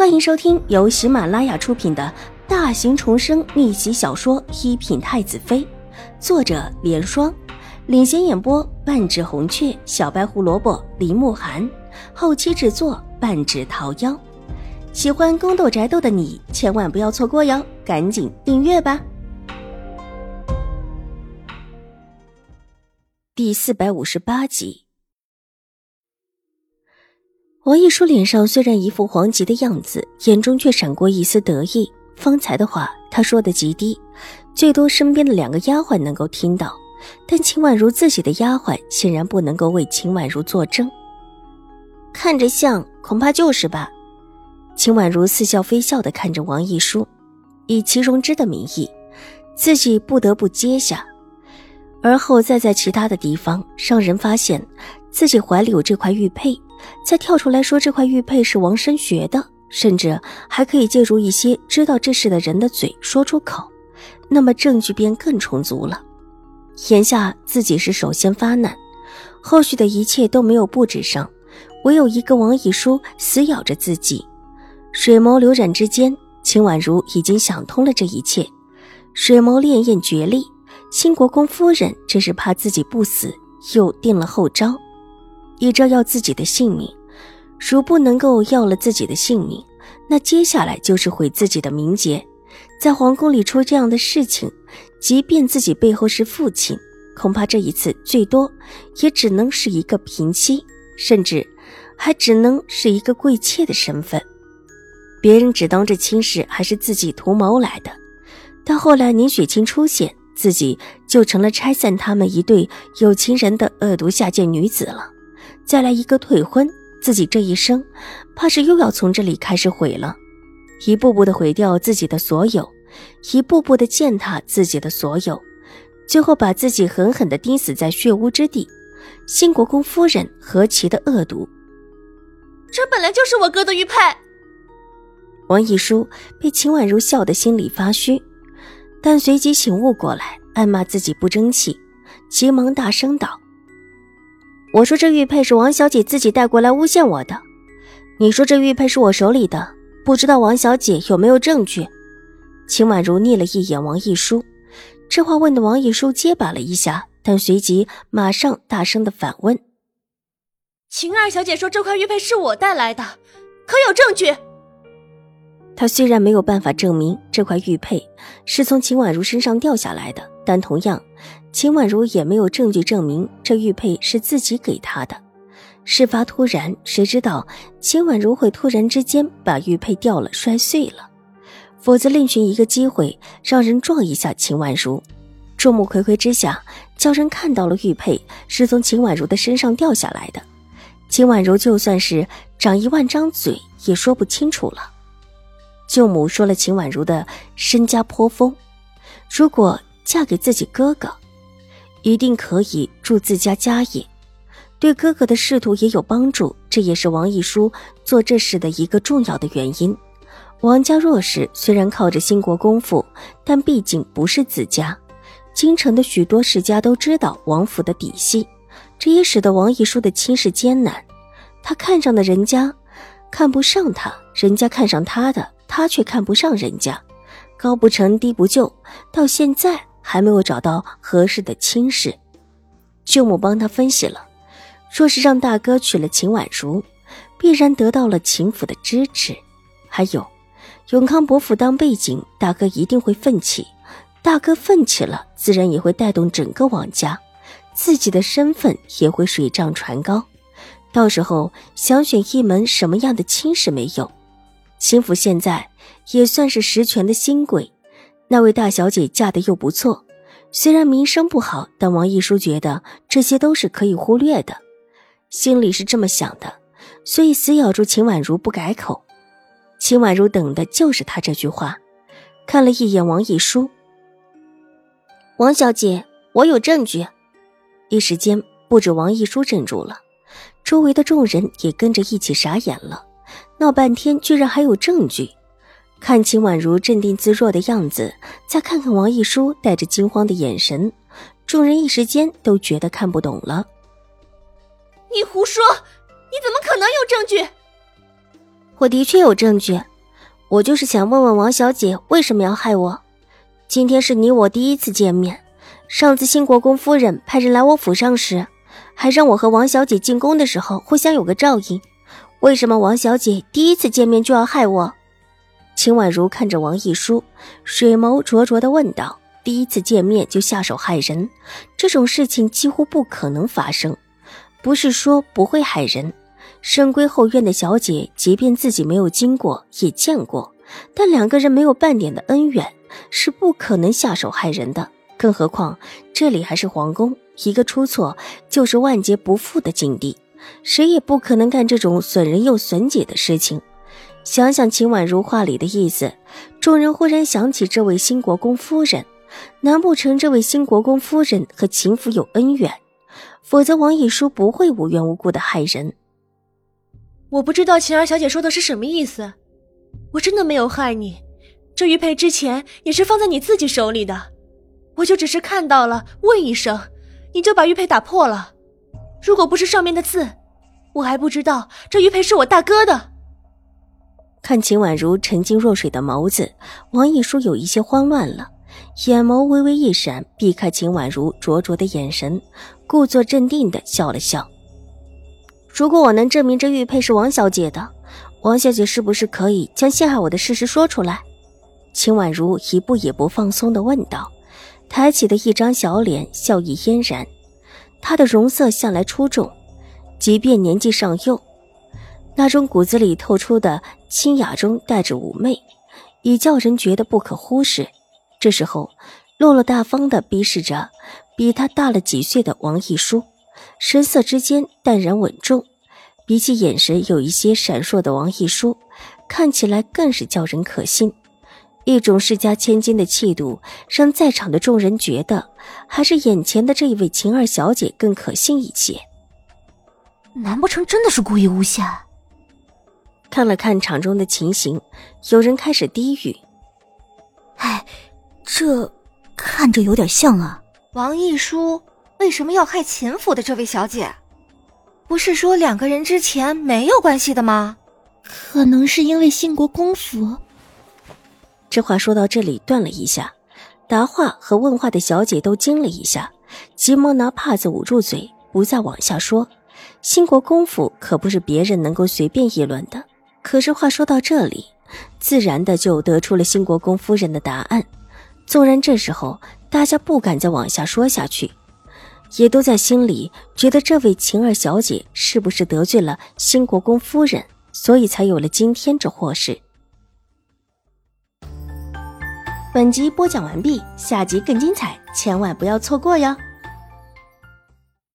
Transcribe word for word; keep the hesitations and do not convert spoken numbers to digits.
欢迎收听由喜马拉雅出品的大型重生逆袭小说《一品太子妃》，作者莲霜，领衔演播半指红雀、小白胡萝卜、林慕寒，后期制作半指桃夭。喜欢宫斗宅斗的你千万不要错过哟，赶紧订阅吧。第四百五十八集。王一书脸上虽然一副惶急的样子，眼中却闪过一丝得意。方才的话他说得极低，最多身边的两个丫鬟能够听到，但秦婉如自己的丫鬟显然不能够为秦婉如作证。看着像，恐怕就是吧。秦婉如似笑非笑地看着王一书，以齐荣之的名义，自己不得不接下，而后再在其他的地方让人发现自己怀里有这块玉佩，再跳出来说这块玉佩是王生学的，甚至还可以借助一些知道这事的人的嘴说出口，那么证据便更充足了。眼下自己是首先发难，后续的一切都没有布置上，唯有一个王一书死咬着自己。水眸流转之间，秦婉如已经想通了这一切，水眸潋滟决力，新国公夫人只是怕自己不死，又定了后招，一招要自己的性命，如不能够要了自己的性命，那接下来就是毁自己的名节。在皇宫里出这样的事情，即便自己背后是父亲，恐怕这一次最多也只能是一个平妻，甚至还只能是一个贵妾的身份。别人只当这亲事还是自己图谋来的，但后来宁雪清出现，自己就成了拆散他们一对有情人的恶毒下贱女子了。再来一个退婚，自己这一生怕是又要从这里开始毁了，一步步的毁掉自己的所有，一步步的践踏自己的所有，最后把自己狠狠地钉死在血污之地。新国公夫人何其的恶毒！ 这本来就是我哥的玉佩。 王一书被秦婉如笑得心里发虚，但随即醒悟过来，暗骂自己不争气，急忙大声道：我说这玉佩是王小姐自己带过来诬陷我的，你说这玉佩是我手里的，不知道王小姐有没有证据？秦婉如睨了一眼王一书，这话问的王一书结巴了一下，但随即马上大声地反问： 秦二小姐说这块玉佩是我带来的，可有证据？ 他虽然没有办法证明这块玉佩是从秦婉如身上掉下来的，但同样秦婉如也没有证据证明这玉佩是自己给她的。事发突然，谁知道秦婉如会突然之间把玉佩掉了摔碎了，否则另寻一个机会让人撞一下秦婉如。众目睽睽之下，叫人看到了玉佩是从秦婉如的身上掉下来的，秦婉如就算是长一万张嘴也说不清楚了。舅母说了秦婉如的身家颇丰，如果嫁给自己哥哥，一定可以助自家家业，对哥哥的仕途也有帮助，这也是王一书做这事的一个重要的原因。王家弱势，虽然靠着兴国公府，但毕竟不是自家。京城的许多世家都知道王府的底细，这也使得王一书的亲事艰难。他看上的人家看不上他，人家看上他的，他却看不上人家，高不成低不就，到现在还没有找到合适的亲事。舅母帮他分析了，若是让大哥娶了秦婉如，必然得到了秦府的支持。还有永康伯府当背景，大哥一定会奋起，大哥奋起了，自然也会带动整个王家，自己的身份也会水涨船高。到时候想选一门什么样的亲事没有，秦府现在也算是实权的新贵，那位大小姐嫁得又不错，虽然名声不好，但王一书觉得这些都是可以忽略的，心里是这么想的，所以死咬住秦婉如不改口。秦婉如等的就是他这句话，看了一眼王一书：王小姐，我有证据。一时间不止王一书镇住了，周围的众人也跟着一起傻眼了，闹半天居然还有证据。看秦婉如镇定自若的样子，再看看王一书带着惊慌的眼神，众人一时间都觉得看不懂了。 你胡说，你怎么可能有证据？ 我的确有证据， 我就是想问问王小姐为什么要害我。今天是你我第一次见面，上次新国公夫人派人来我府上时，还让我和王小姐进宫的时候互相有个照应，为什么王小姐第一次见面就要害我？秦婉如看着王一书，水眸灼灼地问道。第一次见面就下手害人，这种事情几乎不可能发生。不是说不会害人，深闺后院的小姐即便自己没有经过也见过，但两个人没有半点的恩怨，是不可能下手害人的。更何况这里还是皇宫，一个出错就是万劫不复的境地，谁也不可能干这种损人又损己的事情。想想秦婉如话里的意思，众人忽然想起这位新国公夫人，难不成这位新国公夫人和秦府有恩怨？否则王一书不会无缘无故的害人。 我不知道秦儿小姐说的是什么意思，我真的没有害你，这玉佩之前也是放在你自己手里的，我就只是看到了问一声，你就把玉佩打破了。如果不是上面的字，我还不知道这玉佩是我大哥的。 看秦婉如沉静若水的眸子，王一书有一些慌乱了，眼眸微微一闪，避开秦婉如灼灼的眼神，故作镇定地笑了笑。如果我能证明这玉佩是王小姐的，王小姐是不是可以将陷害我的事实说出来？秦婉如一步也不放松地问道，抬起的一张小脸笑意嫣然。她的容色向来出众，即便年纪尚幼，那种骨子里透出的清雅中带着妩媚，已叫人觉得不可忽视。这时候落落大方地逼视着比他大了几岁的王一书，神色之间淡然稳重，比起眼神有一些闪烁的王一书，看起来更是叫人可信。一种世家千金的气度，让在场的众人觉得还是眼前的这一位秦二小姐更可信一些。 难不成真的是故意诬陷？ 看了看场中的情形，有人开始低语： 哎，这看着有点像啊。 王一书为什么要害秦府的这位小姐？不是说两个人之前没有关系的吗？ 可能是因为新国公府。 这话说到这里断了一下，答话和问话的小姐都惊了一下，急忙拿帕子捂住嘴，不再往下说。新国公府可不是别人能够随便议论的。可是话说到这里，自然的就得出了新国公夫人的答案。纵然这时候大家不敢再往下说下去，也都在心里觉得这位秦二小姐是不是得罪了新国公夫人，所以才有了今天这祸事。本集播讲完毕，下集更精彩，千万不要错过哟。